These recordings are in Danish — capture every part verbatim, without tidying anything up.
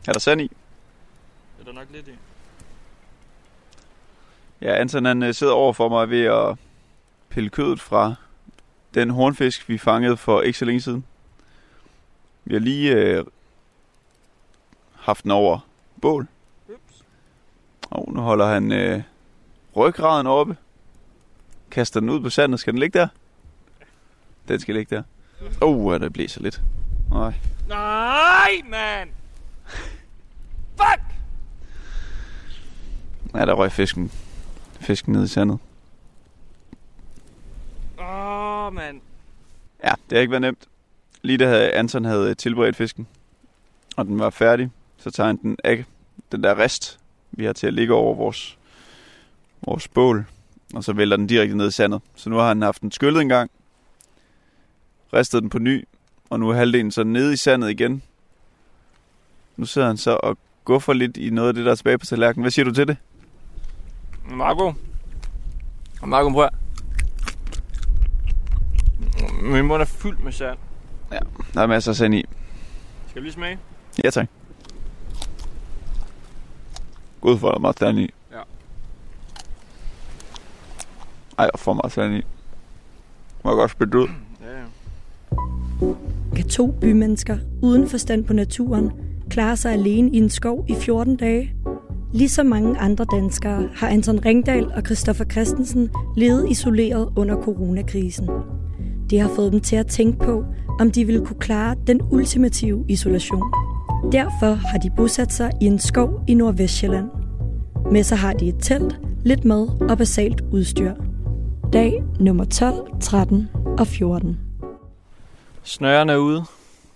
Er der sand i? Er der nok lidt i? Ja, Anton han sidder over for mig ved at pille kødet fra den hornfisk, vi fangede for ikke så længe siden. Vi har lige øh, haft den over bål. Ups. Og nu holder han øh, ryggraden oppe. Kaster den ud på sandet. Skal den ligge der? Den skal ligge der. Åh, oh, der blæser lidt. Nej. Nej, man! Fuck! Ja, der røg fisken. Fisken ned i sandet. Åh, oh, man. Ja, det har ikke været nemt. Lige da Anton havde tilberedt fisken, og den var færdig, så tager han den af den der rest, vi har til at ligge over vores, vores bål, og så vælter den direkte ned i sandet. Så nu har han haft den skyllet en gang, ristet den på ny, og nu er halvdelen så nede i sandet igen. Nu sidder han så og guffer lidt i noget af det, der er tilbage på tallerkenen. Hvad siger du til det? Meget god. Meget god, prøv. Min mund er fyldt med sand. Ja, der er masser af sand i. Skal vi lige smage? Ja, tak. God for, der er meget sand i. Ja. Ej, der får meget sand i. Må jeg godt spille ud? Ja, ja. Kan to bymennesker uden forstand på naturen klare sig alene i en skov i fjorten dage? Ligesom mange andre danskere har Anton Ringdal og Christoffer Christensen levet isoleret under coronakrisen. Det har fået dem til at tænke på, om de ville kunne klare den ultimative isolation. Derfor har de bosat sig i en skov i Nordvestjylland. Med sig har de et telt, lidt mad og basalt udstyr. Dag nummer tolv, tretten og fjorten. Snørene er ude.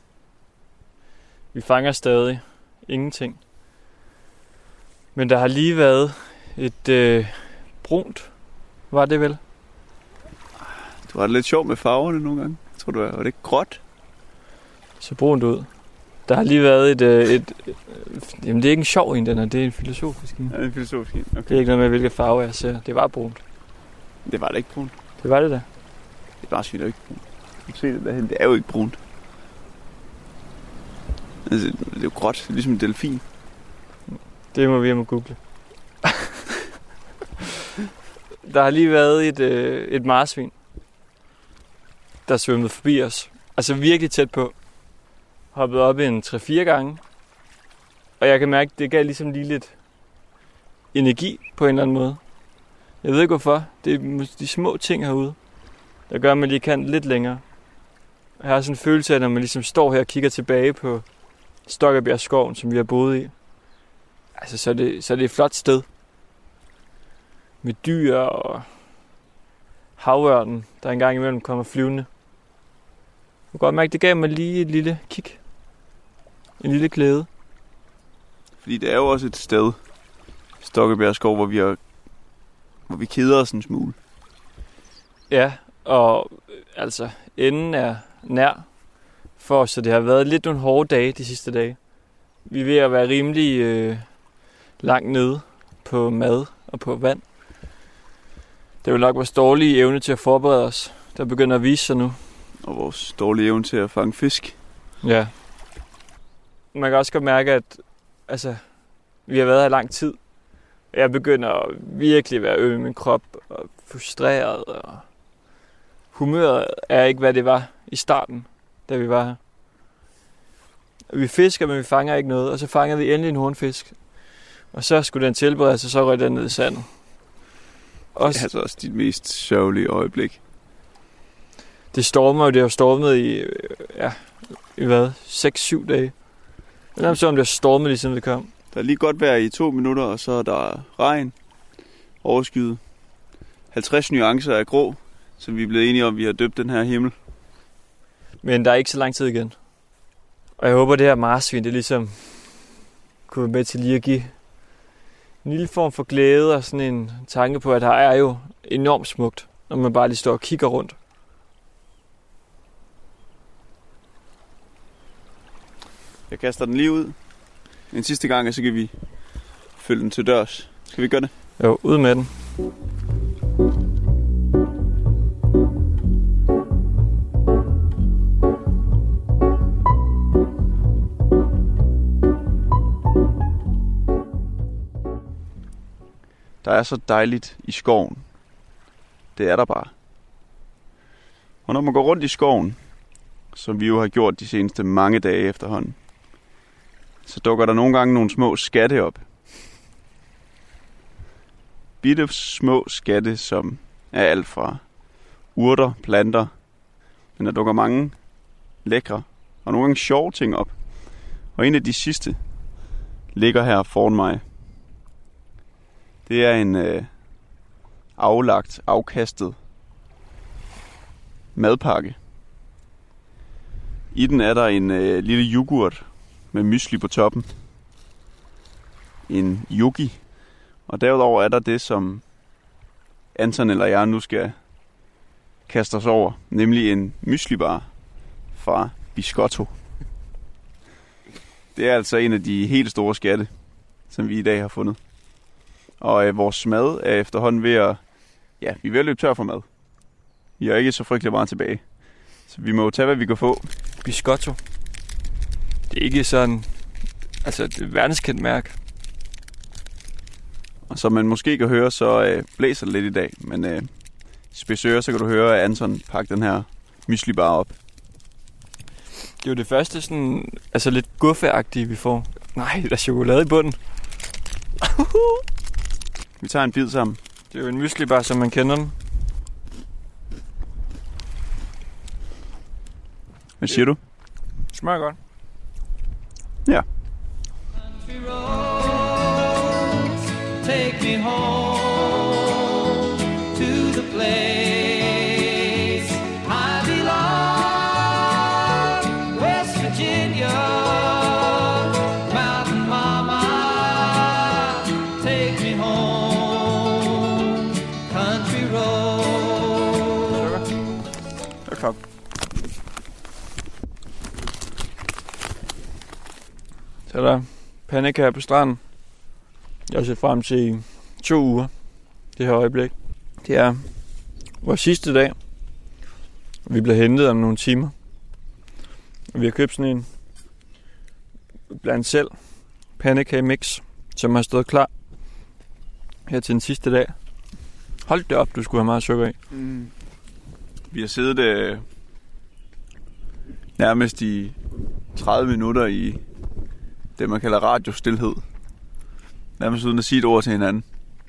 Vi fanger stadig ingenting. Men der har lige været et øh, brunt, var det vel? Du har det lidt sjovt med farverne nogle gange. Jeg tror du er, var det ikke gråt? Så brunt ud. Der har lige været et, øh, et øh, jamen det er ikke en sjov en, den her, det er en filosofisk en. Ja, det er en filosofisk en. Okay. Det er ikke noget med, hvilke farver jeg ser. Det var brunt. Det var da ikke brunt. Det var det da. Det er bare sygt, ikke brunt. Du se det derhen, det er jo ikke brunt. Altså, det er jo gråt, det er ligesom en delfin. Det må vi hjem og google. Der har lige været et, øh, et marsvin, der svømmede forbi os. Altså virkelig tæt på. Hoppet op en tre fire gange. Og jeg kan mærke, at det gav ligesom lige lidt energi på en eller anden måde. Jeg ved ikke hvorfor. Det er de små ting herude, der gør, at man lige kan lidt længere. Jeg har sådan en følelse af, når man ligesom står her og kigger tilbage på Stokkebjerg skoven, som vi har boet i. Altså, så er det, så er det et flot sted. Med dyr og havørnen, der engang imellem kommer flyvende. Jeg kan godt mærke, det gav mig lige et lille kig. En lille glæde. Fordi det er jo også et sted, Stokkebjerg skov, hvor vi, har, hvor vi keder os en smule. Ja, og altså, enden er nær for os, så det har været lidt nogle hårde dage de sidste dage. Vi er ved at være rimelig øh, langt nede på mad og på vand. Det er jo nok vores dårlige evne til at forberede os, der begynder at vise sig nu. Og vores dårlige evne til at fange fisk. Ja. Man kan også godt mærke, at altså, vi har været her lang tid. Jeg begynder at virkelig være øm i min krop og frustreret. Og humøret er ikke, hvad det var i starten, da vi var her. Vi fisker, men vi fanger ikke noget. Og så fanger vi endelig en hornfisk. Og så skulle den tilberedes, og så røg den ned i sandet. Også, det er altså også dit mest sørgelige øjeblik. Det stormer jo, det har stormet i, ja, i hvad, seks syv dage. Det er så, om det har stormet lige siden det kom. Der er lige godt vejr i to minutter, og så er der regn, overskyet. halvtreds nuancer af grå, som vi er blevet enige om, vi har døbt den her himmel. Men der er ikke så lang tid igen. Og jeg håber, det her marsvin, det ligesom kunne være med til lige at give en lille form for glæde og sådan en tanke på, at her er jo enormt smukt, når man bare lige står og kigger rundt. Jeg kaster den lige ud en sidste gang, og så kan vi følge den til dørs. Skal vi gøre det? Jo, ud med den. der er så dejligt i skoven. Det er der bare. Og når man går rundt i skoven, som vi jo har gjort de seneste mange dage efterhånden, så dukker der nogle gange nogle små skatte op. Bitte små skatte, som er alt fra urter, planter, men der dukker mange lækre og nogle gange sjove ting op. Og en af de sidste ligger her foran mig. Det er en øh, aflagt, afkastet madpakke. I den er der en øh, lille yoghurt med mysli på toppen. En yogi. Og derudover er der det, som Anton eller jeg nu skal kaste os over. Nemlig en myslibar fra Biscotto. Det er altså en af de helt store skatte, som vi i dag har fundet. Og øh, vores mad er efterhånden ved at... Ja, vi er ved at løbe tør for mad. Vi har ikke så frygtelig meget tilbage. Så vi må jo tage, hvad vi kan få. Biscotto. Det er ikke sådan... Altså, det er et verdenskendt mærke. Og som man måske kan høre, så øh, blæser det lidt i dag. Men øh, spidsører, så kan du høre, at Anton pakke den her myslibar op. Det er jo det første sådan... Altså lidt guffeagtige, vi får. Nej, der er chokolade i bunden. Vi tager en bid sammen. Det er jo en myslibar, som man kender den. Hvad siger du? Det smager godt. Ja. Take me home to the place I belong, West Virginia, Mountain Mama. Take me home, country road. Okay. Så er der pandekager på stranden. Jeg har set frem til i to uger, det her øjeblik. Det er vores sidste dag. Vi bliver hentet om nogle timer. Vi har købt sådan en blandt selv pandekage mix, som har stået klar her til den sidste dag. Hold det op, du skulle have meget sukker i. Mm. Vi har siddet øh, nærmest i tredive minutter i det, man kalder radiostilhed. Nærmest uden at sige et ord til hinanden.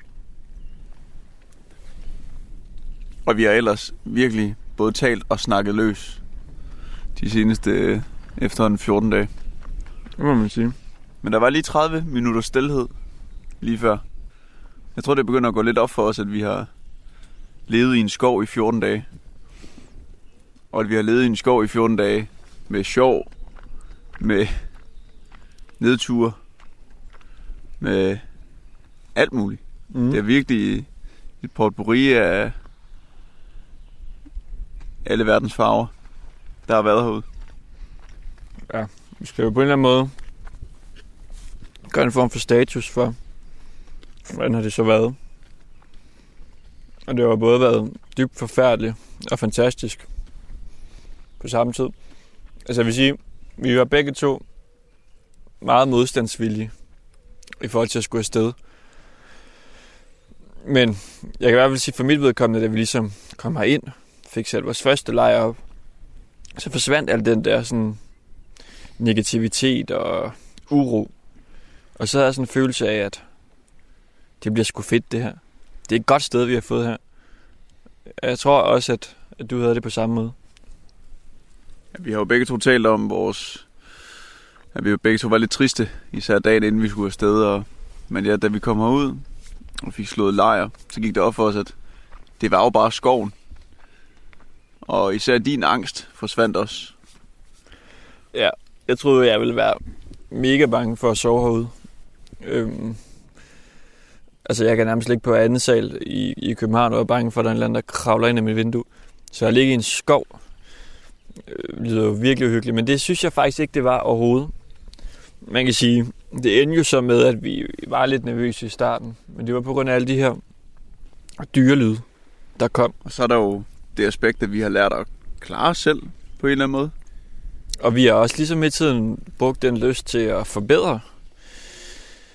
Og vi har ellers virkelig både talt og snakket løs de seneste øh, efterhånden fjorten dage. Det må man sige. Men der var lige tredive minutter stilhed lige før. Jeg tror, det begynder at gå lidt op for os, at vi har levet i en skov i fjorten dage. Og at vi har levet i en skov i fjorten dage med sjov, med nedture, med alt muligt. Mm. Det er virkelig et potpourri af alle verdens farver, der har været herude. Ja, vi skal jo på en eller anden måde gøre en form for status for, hvordan har det så været. Og det har både været dybt forfærdeligt og fantastisk på samme tid. Altså jeg vil sige, vi var begge to meget modstandsvillige i forhold til at skulle afsted. Men jeg kan i hvert fald sige for mit vedkommende, da vi ligesom kom herind, fik sat vores første lejr op, så forsvandt al den der sådan negativitet og uro. Og så havde jeg sådan en følelse af, at det bliver sgu fedt det her. Det er et godt sted, vi har fået her. Jeg tror også, at, at du havde det på samme måde. Ja, vi har jo begge to talt om vores... at vi jo begge to var lidt triste, især dagen inden vi skulle afsted. Og... Men ja, da vi kom herud og fik slået lejr, så gik det op for os, at det var jo bare skoven. Og især din angst forsvandt også. Ja, jeg troede, jeg ville være mega bange for at sove herude. Øhm, altså, jeg kan nærmest ligge på anden sal i, i København og er bange for, at der er en eller anden, der kravler ind i mit vindue. Så jeg ligger i en skov. Øh, lyder jo virkelig uhyggeligt, men det synes jeg faktisk ikke, det var overhovedet. Man kan sige, det endte jo så med, at vi var lidt nervøse i starten. Men det var på grund af alle de her dyrelyde, der kom. Og så er der jo det aspekt, at vi har lært at klare os selv på en eller anden måde. Og vi har også ligesom i tiden brugt den lyst til at forbedre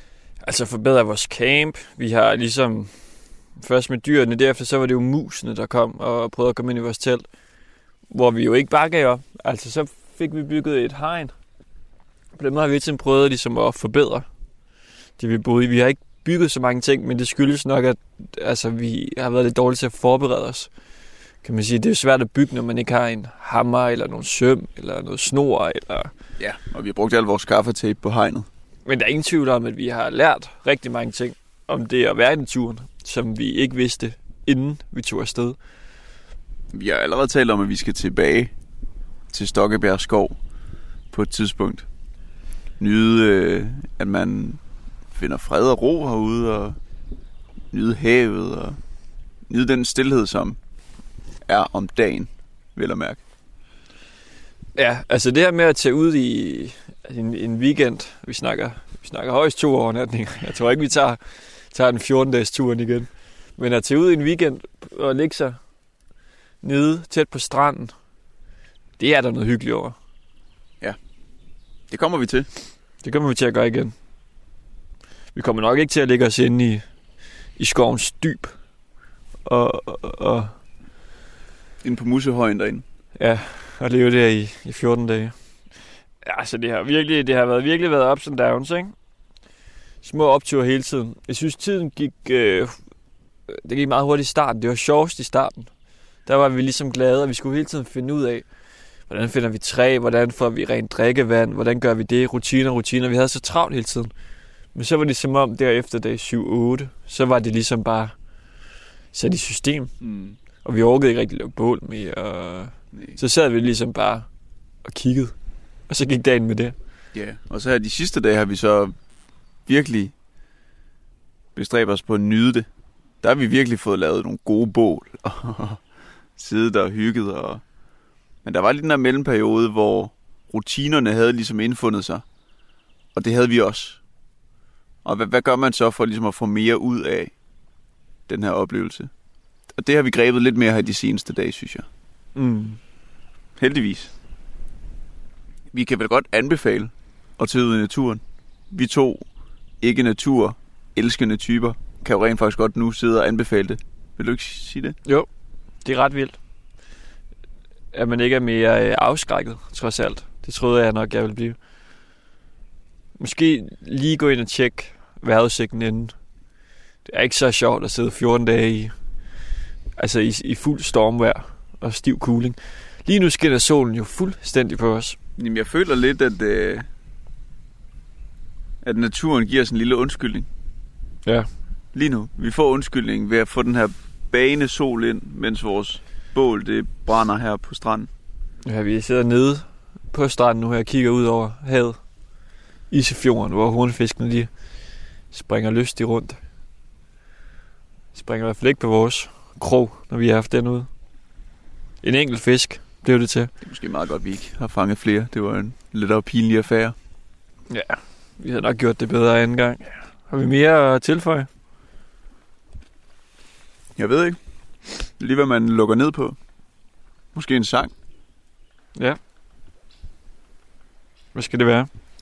altså forbedre vores camp. Vi har ligesom først med dyrene, derefter så var det jo musene, der kom og prøvede at komme ind i vores telt. Hvor vi jo ikke bare gav op. Altså så fik vi bygget et hegn. På den måde har vi altid prøvet ligesom at forbedre det, vi boede i. Vi har ikke bygget så mange ting, men det skyldes nok, at altså, vi har været lidt dårlige til at forberede os. Kan man sige, det er svært at bygge, når man ikke har en hammer, eller nogle søm, eller noget snor, eller... Ja, og vi har brugt al vores skaffetape på hegnet. Men der er ingen tvivl om, at vi har lært rigtig mange ting om det at være i naturen, som vi ikke vidste, inden vi tog afsted. Vi har allerede talt om, at vi skal tilbage til Stokkebjerg Skov på et tidspunkt. Nyde, øh, at man finder fred og ro herude, og nyde havet, og nyde den stilhed, som er om dagen, vil jeg mærke. Ja, altså det her med at tage ud i en, en weekend, vi snakker, vi snakker højst to overnatninger. Jeg tror ikke, vi tager, tager den fjorten-dages turen igen. Men at tage ud i en weekend og ligge sig nede tæt på stranden, det er der noget hyggeligt over. Ja, det kommer vi til. Det kommer vi til at gøre igen. Vi kommer nok ikke til at lægge os inde i, i skovens dyb. Og, og, og inde på Musehøjen derinde. Ja, og leve der i, i fjorten dage. Ja, så det har virkelig, det har været, virkelig været ups and downs, ikke? Små opture hele tiden. Jeg synes, tiden gik, øh, det gik meget hurtigt i starten. Det var sjovest i starten. Der var vi ligesom glade, og vi skulle hele tiden finde ud af, hvordan finder vi træ, hvordan får vi rent drikkevand, hvordan gør vi det, rutiner, rutiner. Vi havde så travlt hele tiden. Men så var det som om, derefter dag syv otte, så var det ligesom bare sat i system. Mm. Og vi orkede ikke rigtig lave bål med, og nej. Så sad vi ligesom bare og kiggede. Og så gik dagen med det. Ja, yeah. Og så her de sidste dage har vi så virkelig bestræbt os på at nyde det. Der har vi virkelig fået lavet nogle gode bål, og siddet der og hygget. Og... Men der var lige den der mellemperiode, hvor rutinerne havde ligesom indfundet sig. Og det havde vi også. Og hvad, hvad gør man så for ligesom at få mere ud af den her oplevelse? Og det har vi grebet lidt mere her de seneste dage, synes jeg. Mm. Heldigvis. Vi kan vel godt anbefale at tage ud i naturen. Vi to ikke natur elskende typer kan jo rent faktisk godt nu sidde og anbefale det. Vil du ikke sige det? Jo, det er ret vildt. At man ikke er mere afskrækket, trods alt. Det troede jeg nok, jeg ville blive. Måske lige gå ind og tjekke vejrudsigten inden. Det er ikke så sjovt at sidde fjorten dage i, altså i, i fuld stormvejr og stiv kuling. Lige nu skinner solen jo fuldstændig på os. Jamen, jeg føler lidt, at, øh, at naturen giver os en lille undskyldning. Ja. Lige nu. Vi får undskyldning ved at få den her bagende sol ind, mens vores bål det brænder her på stranden. Ja, vi sidder nede på stranden nu her og kigger ud over havet. Isefjorden, hvor hornfiskene de springer lystigt rundt. De springer i hvert fald ikke på vores krog, når vi har haft den ude. En enkelt fisk blev det til. Det er måske meget godt, vi ikke har fanget flere. Det var en lidt pinlig affære. Ja, vi har nok gjort det bedre anden gang. Har vi mere at tilføje? Jeg ved ikke. Lige hvad man lukker ned på. Måske en sang. Ja. Hvad skal det være?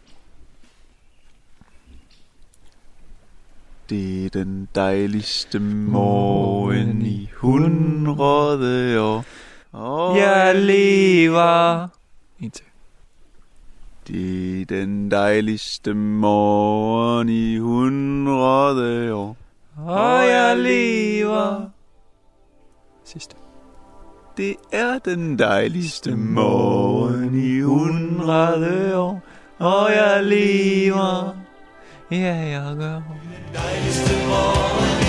Det er den dejligste morgen i hundrede år. Og jeg lever. En til. Det er den dejligste morgen i hundrede år. Og jeg lever. Sidste. Det er den dejligste morgen i hundrede år. Og jeg lever. Ja, jeg gør. Den dejligste morgen